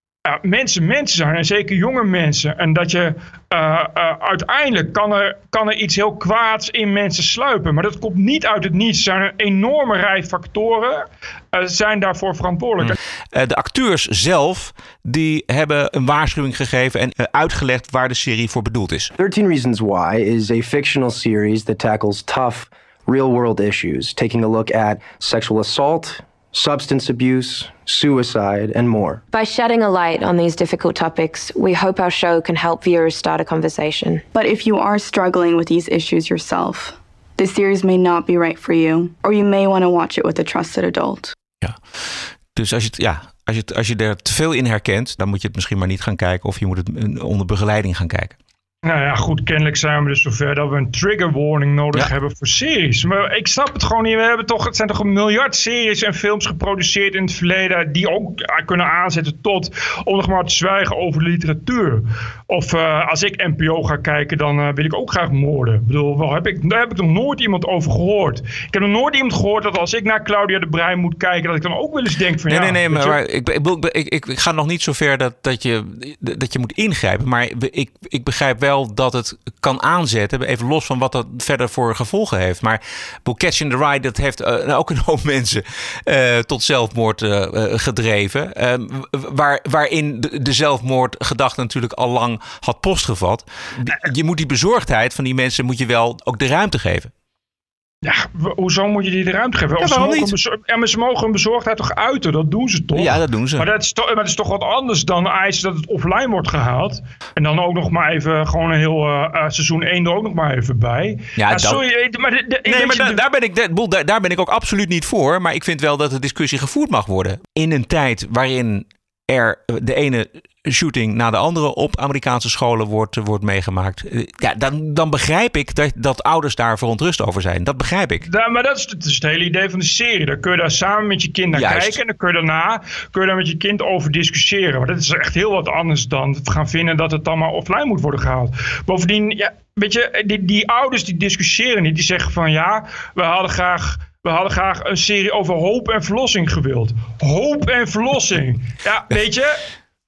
mensen zijn en zeker jonge mensen. En dat je uiteindelijk kan er iets heel kwaads in mensen sluipen. Maar dat komt niet uit het niets. Er zijn een enorme rij factoren zijn daarvoor verantwoordelijk. De acteurs zelf die hebben een waarschuwing gegeven en uitgelegd waar de serie voor bedoeld is. 13 Reasons Why is a fictional series that tackles tough real-world issues, taking a look at sexual assault, substance abuse, suicide, and more. By shedding a light on these difficult topics, we hope our show can help viewers start a conversation. But if you are struggling with these issues yourself, this series may not be right for you, or you may want to watch it with a trusted adult. Ja, dus als je er te veel in herkent, dan moet je het misschien maar niet gaan kijken of je moet het onder begeleiding gaan kijken. Nou ja, goed, kennelijk zijn we dus zover dat we een trigger warning nodig hebben voor series. Maar ik snap het gewoon niet. Het zijn toch een miljard series en films geproduceerd in het verleden die ook kunnen aanzetten om nog maar te zwijgen over literatuur. Of als ik NPO ga kijken, dan wil ik ook graag moorden. Ik bedoel, daar heb ik nog nooit iemand over gehoord. Ik heb nog nooit iemand gehoord dat als ik naar Claudia de Breij moet kijken, dat ik dan ook wel eens denk van Nee, maar ik ga nog niet zover dat je moet ingrijpen. Maar ik begrijp wel dat het kan aanzetten, even los van wat dat verder voor gevolgen heeft. Maar Catching the Ride, dat heeft ook een hoop mensen tot zelfmoord gedreven. Waarin de zelfmoordgedachte natuurlijk al lang had postgevat. Je moet die bezorgdheid van die mensen moet je wel ook de ruimte geven. Ja, hoezo moet je die de ruimte geven? Ja, ze mogen hun bezorgdheid toch uiten? Dat doen ze toch? Ja, dat doen ze. Maar dat is toch wat anders dan eisen dat het offline wordt gehaald. En dan ook nog maar even gewoon een heel seizoen 1 er ook nog maar even bij. Ja, sorry, daar ben ik ook absoluut niet voor. Maar ik vind wel dat de discussie gevoerd mag worden. In een tijd waarin er de ene shooting na de andere op Amerikaanse scholen wordt meegemaakt. Ja, dan begrijp ik dat ouders daar verontrust over zijn. Dat begrijp ik. Ja, maar dat is het hele idee van de serie. Dan kun je daar samen met je kind naar kijken. En dan kun je daar met je kind over discussiëren. Maar dat is echt heel wat anders dan gaan vinden dat het dan maar offline moet worden gehaald. Bovendien, weet je, die ouders die discussiëren niet. Die zeggen van we hadden graag een serie over hoop en verlossing gewild. Hoop en verlossing. Ja, weet je.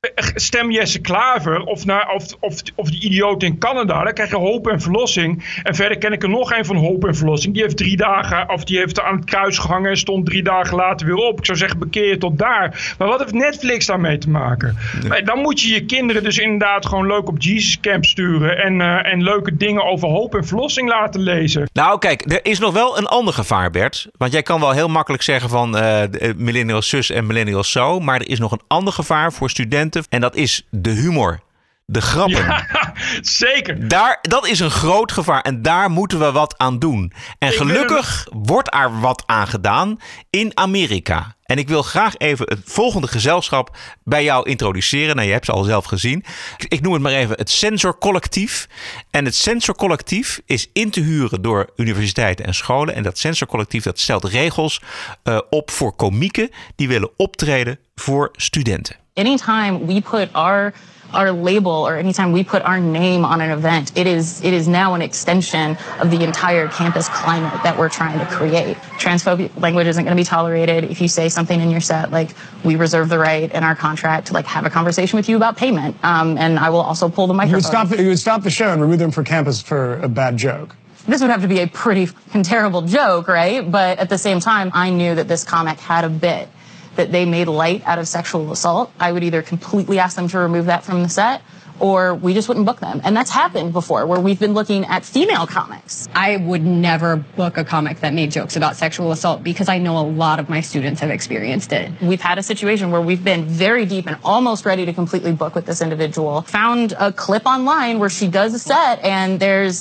stem Jesse Klaver of die idioot in Canada. Dan krijg je Hoop en Verlossing. En verder ken ik er nog een van Hoop en Verlossing. Die heeft 3 dagen, of die heeft aan het kruis gehangen en stond 3 dagen later weer op. Ik zou zeggen, bekeer je tot daar. Maar wat heeft Netflix daarmee te maken? Ja. Dan moet je je kinderen dus inderdaad gewoon leuk op Jesus Camp sturen. En leuke dingen over Hoop en Verlossing laten lezen. Nou kijk, er is nog wel een ander gevaar, Bert. Want jij kan wel heel makkelijk zeggen van millennials zus en millennials zo. Maar er is nog een ander gevaar voor studenten. En dat is de humor. De grappen. Ja, zeker. Dat is een groot gevaar. En daar moeten we wat aan doen. En gelukkig wordt er wat aan gedaan in Amerika. En ik wil graag even het volgende gezelschap bij jou introduceren. Nou, je hebt ze al zelf gezien. Ik noem het maar even het Censor Collectief. En het Censor Collectief is in te huren door universiteiten en scholen. En dat Censor Collectief dat stelt regels op voor komieken die willen optreden voor studenten. Anytime we put our label or anytime we put our name on an event, it is now an extension of the entire campus climate that we're trying to create. Transphobic language isn't going to be tolerated. If you say something in your set, like, we reserve the right in our contract to have a conversation with you about payment. And I will also pull the microphone. You would stop the show and remove them from campus for a bad joke. This would have to be a pretty terrible joke, right? But at the same time, I knew that this comic had a bit that they made light out of sexual assault. I would either completely ask them to remove that from the set, or we just wouldn't book them. And that's happened before, where we've been looking at female comics. I would never book a comic that made jokes about sexual assault because I know a lot of my students have experienced it. We've had a situation where we've been very deep and almost ready to completely book with this individual. Found a clip online where she does a set and there's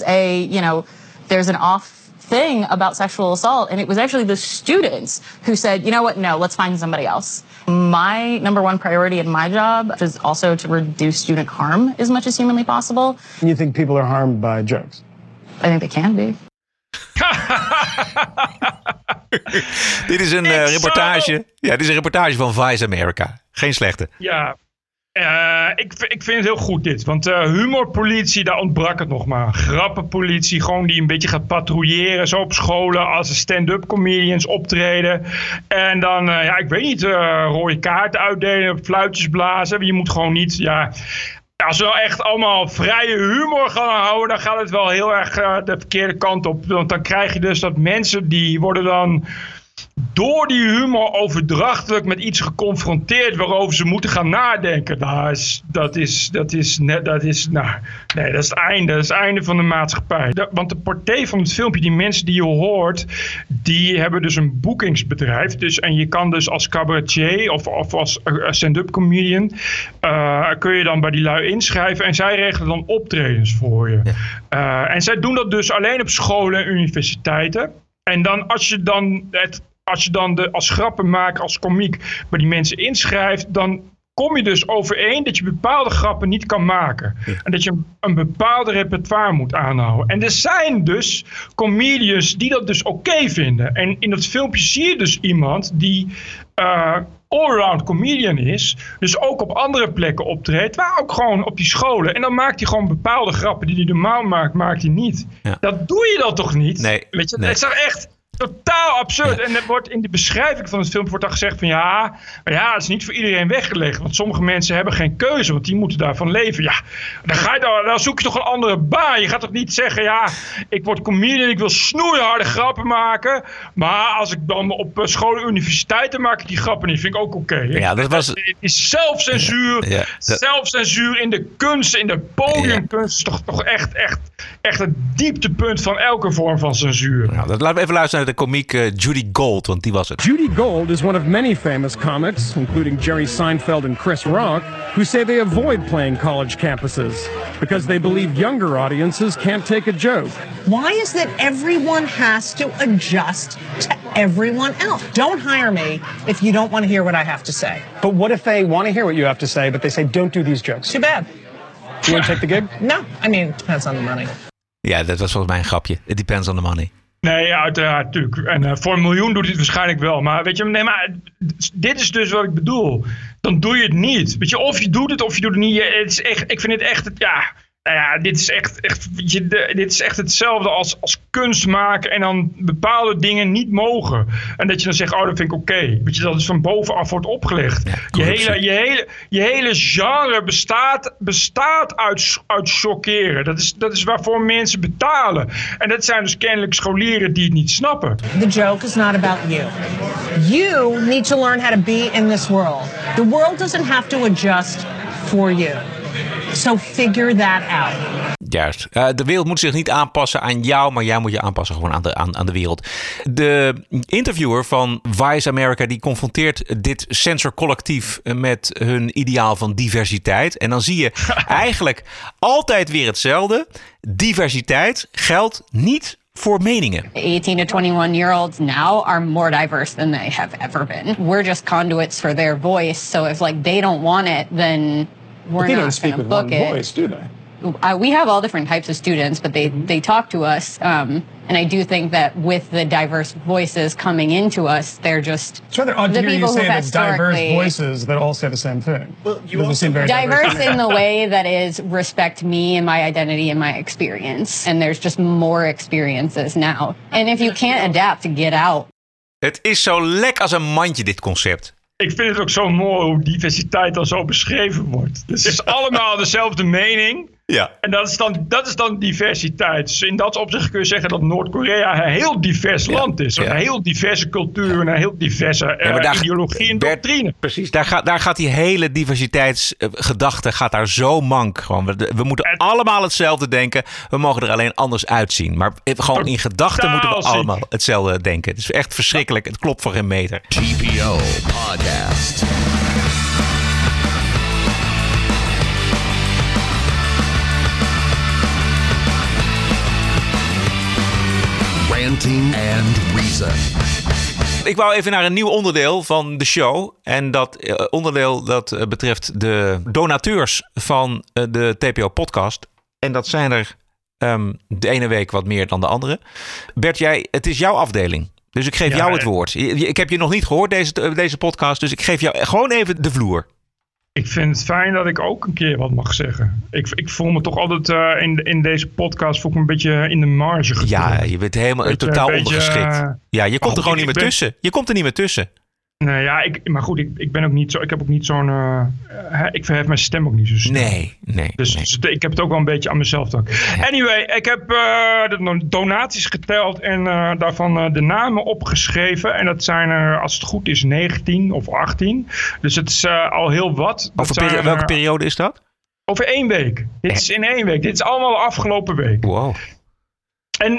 an off thing about sexual assault, and it was actually the students who said, you know what, no, let's find somebody else. My number one priority in my job is also to reduce student harm as much as humanly possible. You think people are harmed by jokes? I think they can be. Dit is een reportage. Ja, dit is een reportage van Vice America. Geen slechte. Ja. Ik vind het heel goed dit. Want humorpolitie, daar ontbrak het nog maar. Grappenpolitie, gewoon die een beetje gaat patrouilleren. Zo op scholen als de stand-up comedians optreden. En dan, ik weet niet, rode kaarten uitdelen, fluitjes blazen. Je moet gewoon niet, als we nou echt allemaal vrije humor gaan houden, dan gaat het wel heel erg de verkeerde kant op. Want dan krijg je dus dat mensen die worden dan door die humor overdrachtelijk met iets geconfronteerd waarover ze moeten gaan nadenken. Dat is het einde. Dat is het einde van de maatschappij. Want de portée van het filmpje, die mensen die je hoort, die hebben dus een boekingsbedrijf. En je kan dus als cabaretier of als stand-up comedian, kun je dan bij die lui inschrijven en zij regelen dan optredens voor je. Ja. En zij doen dat dus alleen op scholen en universiteiten. En dan als je dan als grappenmaker, als komiek bij die mensen inschrijft, dan kom je dus overeen dat je bepaalde grappen niet kan maken. Ja. En dat je een bepaalde repertoire moet aanhouden. En er zijn dus comedians die dat dus oké vinden. En in dat filmpje zie je dus iemand die allround comedian is. Dus ook op andere plekken optreedt. Maar ook gewoon op die scholen. En dan maakt hij gewoon bepaalde grappen die hij normaal maakt hij niet. Ja. Dat doe je dan toch niet? Nee. Weet je, het is toch echt totaal absurd. Ja. En er wordt in de beschrijving van het filmpje wordt dan gezegd van het is niet voor iedereen weggelegd. Want sommige mensen hebben geen keuze, want die moeten daarvan leven. Ja, dan zoek je toch een andere baan. Je gaat toch niet zeggen, ik word comedian, ik wil snoeiharde grappen maken. Maar als ik dan op scholen en universiteiten maak ik die grappen niet. Vind ik ook oké. Ja, dat was... Het is zelfcensuur. Ja, zelfcensuur in de kunst, in de podiumkunst. Is toch echt het dieptepunt van elke vorm van censuur. Nou, laten we even luisteren naar de komiek Judy Gold, want die was het. Judy Gold is one of many famous comics, including Jerry Seinfeld and Chris Rock, who say they avoid playing college campuses because they believe younger audiences can't take a joke. Why is that everyone has to adjust to everyone else? Don't hire me if you don't want to hear what I have to say. But what if they want to hear what you have to say, but they say don't do these jokes? Too bad. You want to take the gig? No, I mean, it depends on the money. Ja, dat was volgens mij een grapje. It depends on the money. Nee, uiteraard, natuurlijk. En voor $1 miljoen doet hij het waarschijnlijk wel. Maar weet je, maar dit is dus wat ik bedoel. Dan doe je het niet. Weet je, of je doet het of je doet het niet. Het is echt, ik vind het echt, Nou ja, dit is echt hetzelfde als kunst maken en dan bepaalde dingen niet mogen. En dat je dan zegt, dat vind ik oké. Weet je, dat is van bovenaf wordt opgelegd. Ja, je hele genre bestaat uit chockeren. Dat is waarvoor mensen betalen. En dat zijn dus kennelijk scholieren die het niet snappen. The joke is not about you. You need to learn how to be in this world. The world doesn't have to adjust for you. So figure that out. Juist. De wereld moet zich niet aanpassen aan jou, maar jij moet je aanpassen gewoon aan de wereld. De interviewer van Vice America die confronteert dit censorcollectief met hun ideaal van diversiteit. En dan zie je eigenlijk altijd weer hetzelfde. Diversiteit geldt niet voor meningen. 18 to 21-year-olds now are more diverse than they have ever been. We're just conduits for their voice. So if they don't want it, then we're not going to book it. Voice, do they? We have all different types of students, but they talk to us. And I do think that with the diverse voices coming into us, they're just it's rather odd to hear you say that diverse voices that all say the same thing. Well, you seem very diverse in the way that is respect me and my identity and my experience. And there's just more experiences now. And if you can't adapt, get out. Het is zo lek als een mandje, dit concept. Ik vind het ook zo mooi hoe diversiteit dan zo beschreven wordt. Dus het is allemaal dezelfde mening. Ja. En dat is dan diversiteit. Dus in dat opzicht kun je zeggen dat Noord-Korea een heel divers land is. Een heel diverse cultuur en een heel diverse ideologie en doctrine. Precies, daar gaat die hele diversiteitsgedachte daar zo mank. Gewoon. We moeten allemaal hetzelfde denken. We mogen er alleen anders uitzien. Maar gewoon in gedachten moeten we allemaal hetzelfde denken. Het is echt verschrikkelijk. Het klopt voor geen meter. TPO Podcast. Ranting and Reason. Ik wou even naar een nieuw onderdeel van de show. En dat onderdeel dat betreft de donateurs van de TPO-podcast. En dat zijn er de ene week wat meer dan de andere. Bert, het is jouw afdeling. Dus ik geef jou het woord. Ik heb je nog niet gehoord, deze podcast. Dus ik geef jou gewoon even de vloer. Ik vind het fijn dat ik ook een keer wat mag zeggen. Ik voel me toch altijd in deze podcast voel ik me een beetje in de marge gedrukt. Ja, je bent helemaal totaal ondergeschikt. Ja, je komt er gewoon niet meer tussen. Je komt er niet meer tussen. Nee, ja, maar goed, ik ben ook niet zo. Ik heb ook niet zo'n. Ik verhef mijn stem ook niet zo snel. Nee. Dus ik heb het ook wel een beetje aan mezelf te doen. Anyway, ik heb de donaties geteld en daarvan de namen opgeschreven. En dat zijn er, als het goed is, 19 of 18. Dus het is al heel wat. Welke periode is dat? Over 1 week. Dit is in 1 week. Dit is allemaal afgelopen week. Wow. En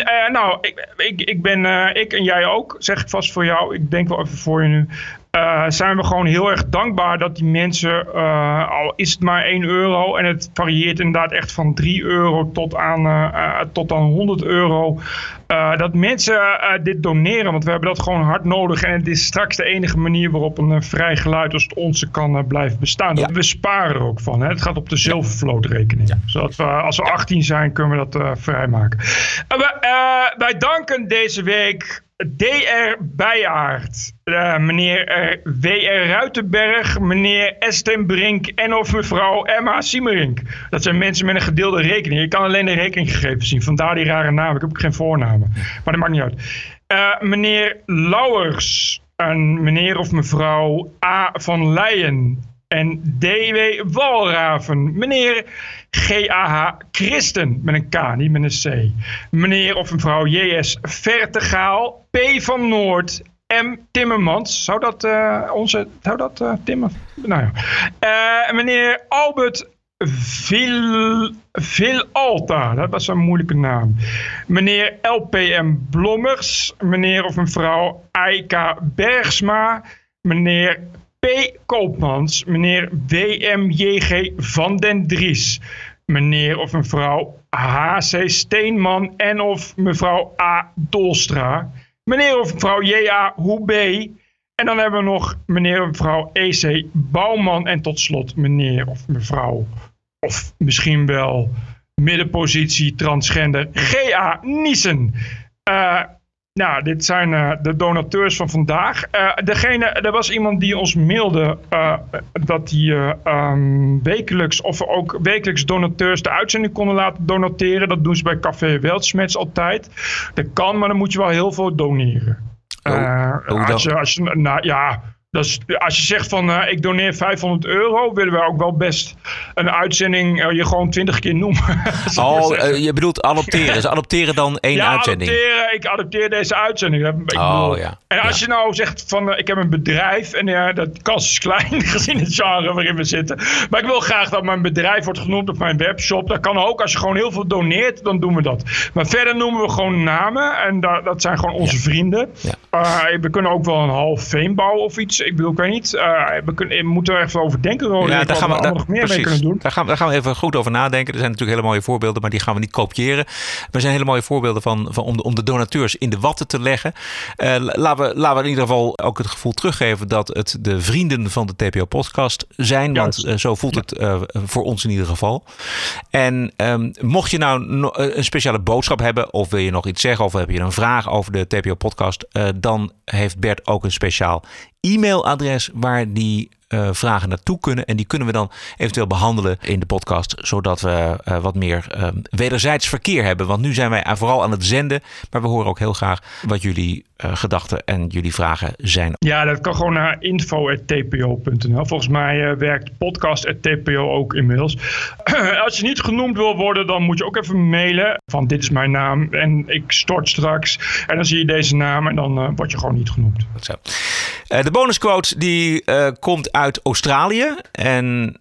ik en jij ook, zeg ik vast voor jou. Ik denk wel even voor je nu. Zijn we gewoon heel erg dankbaar dat die mensen, al is het maar €1 en het varieert inderdaad echt van €3 tot aan 100 euro. Dat mensen dit doneren, want we hebben dat gewoon hard nodig. En het is straks de enige manier waarop een vrij geluid als het onze kan blijven bestaan. Ja. We sparen er ook van. Hè? Het gaat op de zilvervlootrekening. Ja. Zodat we, als we 18 zijn, kunnen we dat vrijmaken. Wij danken deze week D.R. Bijaard, meneer W.R. Ruitenberg, meneer Esten Brink en of mevrouw Emma Siemerink. Dat zijn mensen met een gedeelde rekening. Je kan alleen de rekeninggegevens zien, vandaar die rare namen. Ik heb ook geen voornamen, maar dat maakt niet uit. Meneer Lauwers en meneer of mevrouw A. van Leijen en D.W. Walraven, meneer G.A.H. Christen, met een K, niet met een C. Meneer of mevrouw J.S. Vertegaal, P. van Noord, M. Timmermans. Zou dat Timmer? Nou ja. Meneer Albert Vilalta, dat was een moeilijke naam. Meneer L.P.M. Blommers, meneer of mevrouw I.K. Bergsma, meneer P. Koopmans, meneer W.M.J.G. van den Dries, meneer of mevrouw H.C. Steenman en of mevrouw A. Dolstra, meneer of mevrouw J.A. Hoebe. En dan hebben we nog meneer of mevrouw E.C. Bouwman en tot slot meneer of mevrouw, of misschien wel middenpositie transgender G.A. Niesen. Nou, dit zijn de donateurs van vandaag. Er was iemand die ons mailde dat hij wekelijks, of we ook wekelijks donateurs de uitzending konden laten donateren. Dat doen ze bij Café Weltschmerz altijd. Dat kan, maar dan moet je wel heel veel doneren. Dus als je zegt van ik doneer €500, willen we ook wel best een uitzending je gewoon 20 keer noemen. Je bedoelt adopteren. Ze adopteren dan één uitzending. Ik adopteer deze uitzending. En als je nou zegt van ik heb een bedrijf en dat kans is klein gezien het genre waarin we zitten. Maar ik wil graag dat mijn bedrijf wordt genoemd op mijn webshop. Dat kan ook. Als je gewoon heel veel doneert, dan doen we dat. Maar verder noemen we gewoon namen. En dat zijn gewoon onze vrienden. Ja. We kunnen ook wel een half Fame bouwen of iets. Ik weet niet. We moeten er even over denken. Daar gaan we nog meer mee kunnen doen. Daar gaan we even goed over nadenken. Er zijn natuurlijk hele mooie voorbeelden, maar die gaan we niet kopiëren. Er zijn hele mooie voorbeelden om de donateurs in de watten te leggen. Laten we in ieder geval ook het gevoel teruggeven dat het de vrienden van de TPO-podcast zijn. Want zo voelt het voor ons in ieder geval. En mocht je nou een speciale boodschap hebben, of wil je nog iets zeggen, of heb je een vraag over de TPO-podcast, dan heeft Bert ook een speciaal e-mailadres waar die vragen naartoe kunnen. En die kunnen we dan eventueel behandelen in de podcast, zodat we wat meer wederzijds verkeer hebben. Want nu zijn wij vooral aan het zenden, maar we horen ook heel graag wat jullie gedachten en jullie vragen zijn. Ja, dat kan gewoon naar info@tpo.nl. Volgens mij werkt podcast@tpo ook inmiddels. Als je niet genoemd wil worden, dan moet je ook even mailen van dit is mijn naam en ik stort straks. En dan zie je deze naam en dan word je gewoon niet genoemd. Zo. De bonusquote die komt uit Australië en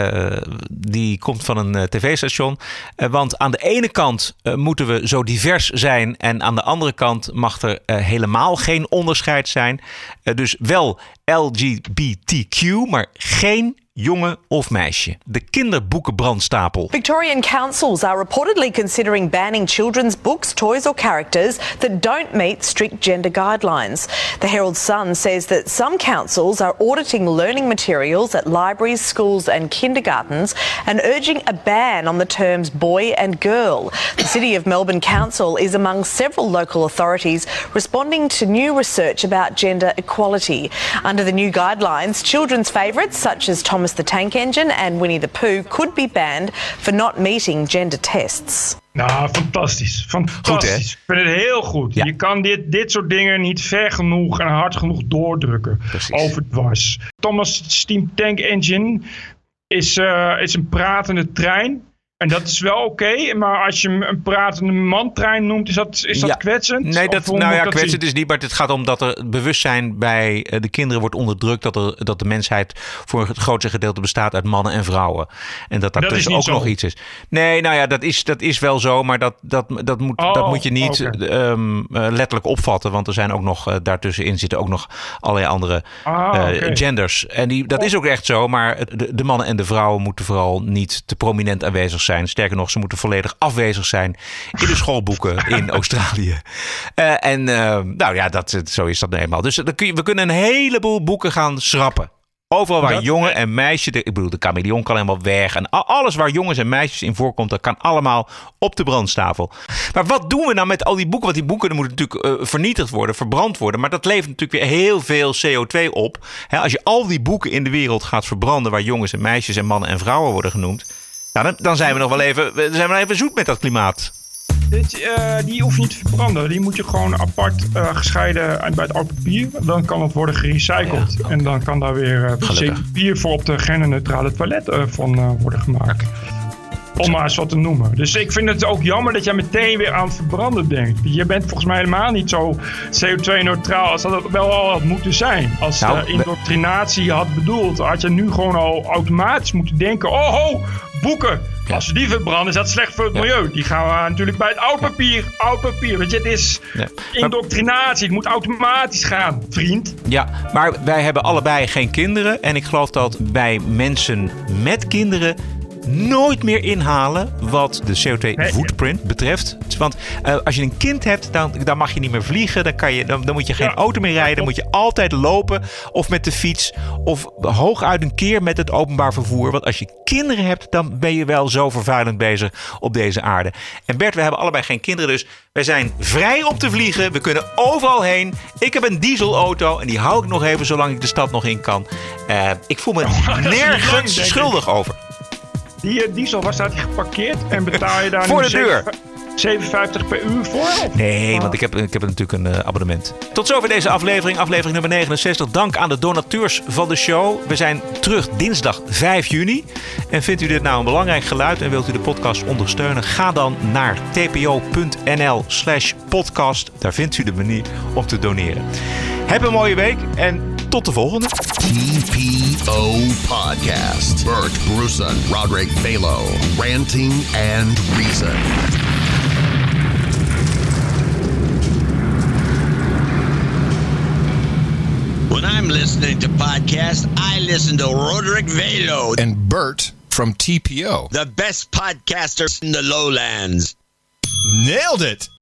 die komt van een tv-station. Want aan de ene kant moeten we zo divers zijn en aan de andere kant mag er helemaal geen onderscheid zijn. Dus wel LGBTQ, maar geen jongen of meisje. De kinderboekenbrandstapel. Victorian councils are reportedly considering banning children's books, toys or characters that don't meet strict gender guidelines. The Herald Sun says that some councils are auditing learning materials at libraries, schools and kindergartens and urging a ban on the terms boy and girl. The City of Melbourne Council is among several local authorities responding to new research about gender equality. Under the new guidelines, children's favourites such as Thomas the Tank Engine and Winnie the Pooh could be banned for not meeting gender tests. Nou, fantastisch. Fantastisch. Goed, ik vind het heel goed. Ja. Je kan dit soort dingen niet ver genoeg en hard genoeg doordrukken. Overdwars. Thomas Steam Tank Engine is een pratende trein. En dat is wel oké, maar als je een pratende mantrein noemt, is dat kwetsend? Nee, kwetsend is niet, maar het gaat om dat er bewustzijn bij de kinderen wordt onderdrukt dat de mensheid voor het grootste gedeelte bestaat uit mannen en vrouwen. En dat daartussen ook nog iets is. Nee, dat is wel zo, maar dat moet je niet letterlijk opvatten, want er zijn ook nog daartussenin zitten ook nog allerlei andere genders. En dat is ook echt zo, maar de mannen en de vrouwen moeten vooral niet te prominent aanwezig zijn. Sterker nog, ze moeten volledig afwezig zijn in de schoolboeken in Australië. Zo is dat nou eenmaal. Dus we kunnen een heleboel boeken gaan schrappen. Overal waar jongen en meisje, ik bedoel de chameleon kan helemaal weg. En alles waar jongens en meisjes in voorkomt, dat kan allemaal op de brandstapel. Maar wat doen we nou met al die boeken? Want die boeken moeten natuurlijk vernietigd worden, verbrand worden. Maar dat levert natuurlijk weer heel veel CO2 op. Als je al die boeken in de wereld gaat verbranden waar jongens en meisjes en mannen en vrouwen worden genoemd. Nou, dan zijn we nog wel even zoet met dat klimaat. Die hoef je niet te verbranden. Die moet je gewoon apart gescheiden bij het oud papier. Dan kan het worden gerecycled. Ja, okay. En dan kan daar weer papier voor op de genderneutrale toilet van worden gemaakt. Om maar eens wat te noemen. Dus ik vind het ook jammer dat jij meteen weer aan het verbranden denkt. Je bent volgens mij helemaal niet zo CO2-neutraal als dat wel al had moeten zijn. Als de indoctrinatie had bedoeld, had je nu gewoon al automatisch moeten denken: boeken. Ja. Als we die verbranden, is dat slecht voor het milieu. Die gaan we natuurlijk bij het oud papier. Weet je, het is indoctrinatie. Het moet automatisch gaan, vriend. Ja, maar wij hebben allebei geen kinderen. En ik geloof dat bij mensen met kinderen nooit meer inhalen wat de CO2-footprint betreft. Want als je een kind hebt, dan mag je niet meer vliegen. Dan moet je geen auto meer rijden. Dan moet je altijd lopen of met de fiets. Of hooguit een keer met het openbaar vervoer. Want als je kinderen hebt, dan ben je wel zo vervuilend bezig op deze aarde. En Bert, we hebben allebei geen kinderen, dus wij zijn vrij om te vliegen. We kunnen overal heen. Ik heb een dieselauto en die hou ik nog even zolang ik de stad nog in kan. Ik voel me nergens schuldig over. Die diesel, waar staat die geparkeerd? En betaal je daar voor nu de deur. 57 per uur voor? Nee, want ik heb natuurlijk een abonnement. Tot zover deze aflevering nummer 69. Dank aan de donateurs van de show. We zijn terug dinsdag 5 juni. En vindt u dit nou een belangrijk geluid en wilt u de podcast ondersteunen? Ga dan naar tpo.nl/podcast. Daar vindt u de manier om te doneren. Heb een mooie week en tot de volgende. TPO Podcast. Bert Brussen, Roderick Balo, Ranting and Reason. When I'm listening to podcasts, I listen to Roderick Balo and Bert from TPO. The best podcasters in the lowlands. Nailed it!